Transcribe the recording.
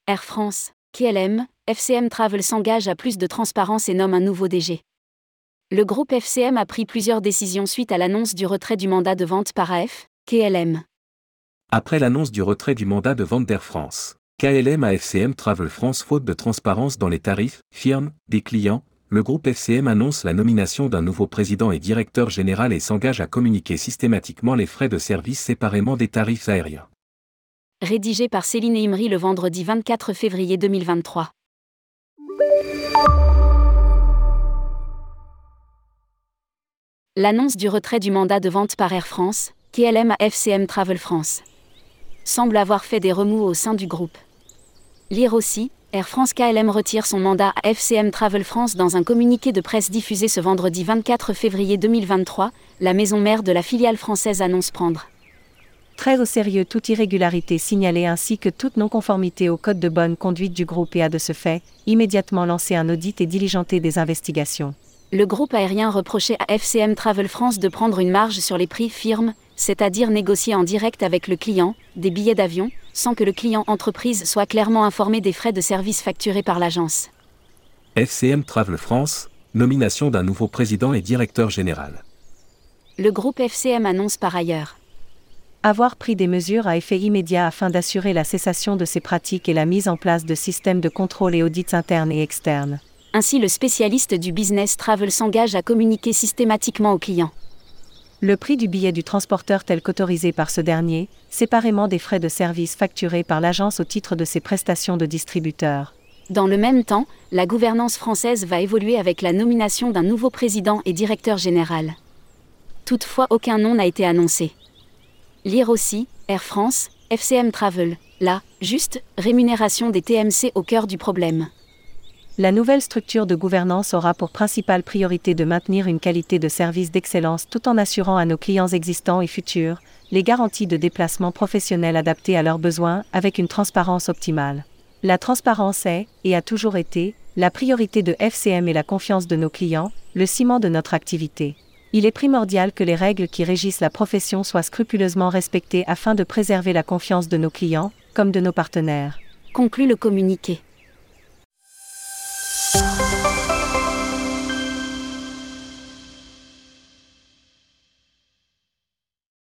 Air France, KLM, FCM Travel s'engage à plus de transparence et nomme un nouveau DG. Le groupe FCM a pris plusieurs décisions suite à l'annonce du retrait du mandat de vente par KLM. Après l'annonce du retrait du mandat de vente d'Air France, KLM à FCM Travel France faute de transparence dans les tarifs, firmes, des clients, le groupe FCM annonce la nomination d'un nouveau président et directeur général et s'engage à communiquer systématiquement les frais de service séparément des tarifs aériens. Rédigé par Céline Imri le vendredi 24 février 2023. L'annonce du retrait du mandat de vente par Air France, KLM à FCM Travel France, semble avoir fait des remous au sein du groupe. Lire aussi, Air France KLM retire son mandat à FCM Travel France. Dans un communiqué de presse diffusé ce vendredi 24 février 2023, la maison mère de la filiale française annonce prendre très au sérieux toute irrégularité signalée ainsi que toute non-conformité au code de bonne conduite du groupe et a de ce fait, immédiatement lancé un audit et diligenté des investigations. Le groupe aérien reprochait à FCM Travel France de prendre une marge sur les prix firmes, c'est-à-dire négocier en direct avec le client, des billets d'avion, sans que le client entreprise soit clairement informé des frais de service facturés par l'agence. FCM Travel France, nomination d'un nouveau président et directeur général. Le groupe FCM annonce par ailleurs avoir pris des mesures à effet immédiat afin d'assurer la cessation de ces pratiques et la mise en place de systèmes de contrôle et audits internes et externes. Ainsi, le spécialiste du business travel s'engage à communiquer systématiquement aux clients le prix du billet du transporteur tel qu'autorisé par ce dernier, séparément des frais de service facturés par l'agence au titre de ses prestations de distributeur. Dans le même temps, la gouvernance française va évoluer avec la nomination d'un nouveau président et directeur général. Toutefois, aucun nom n'a été annoncé. Lire aussi, Air France, FCM Travel, la juste rémunération des TMC au cœur du problème. La nouvelle structure de gouvernance aura pour principale priorité de maintenir une qualité de service d'excellence tout en assurant à nos clients existants et futurs les garanties de déplacement professionnel adaptées à leurs besoins avec une transparence optimale. La transparence est, et a toujours été, la priorité de FCM et la confiance de nos clients, le ciment de notre activité. Il est primordial que les règles qui régissent la profession soient scrupuleusement respectées afin de préserver la confiance de nos clients, comme de nos partenaires. Conclut le communiqué.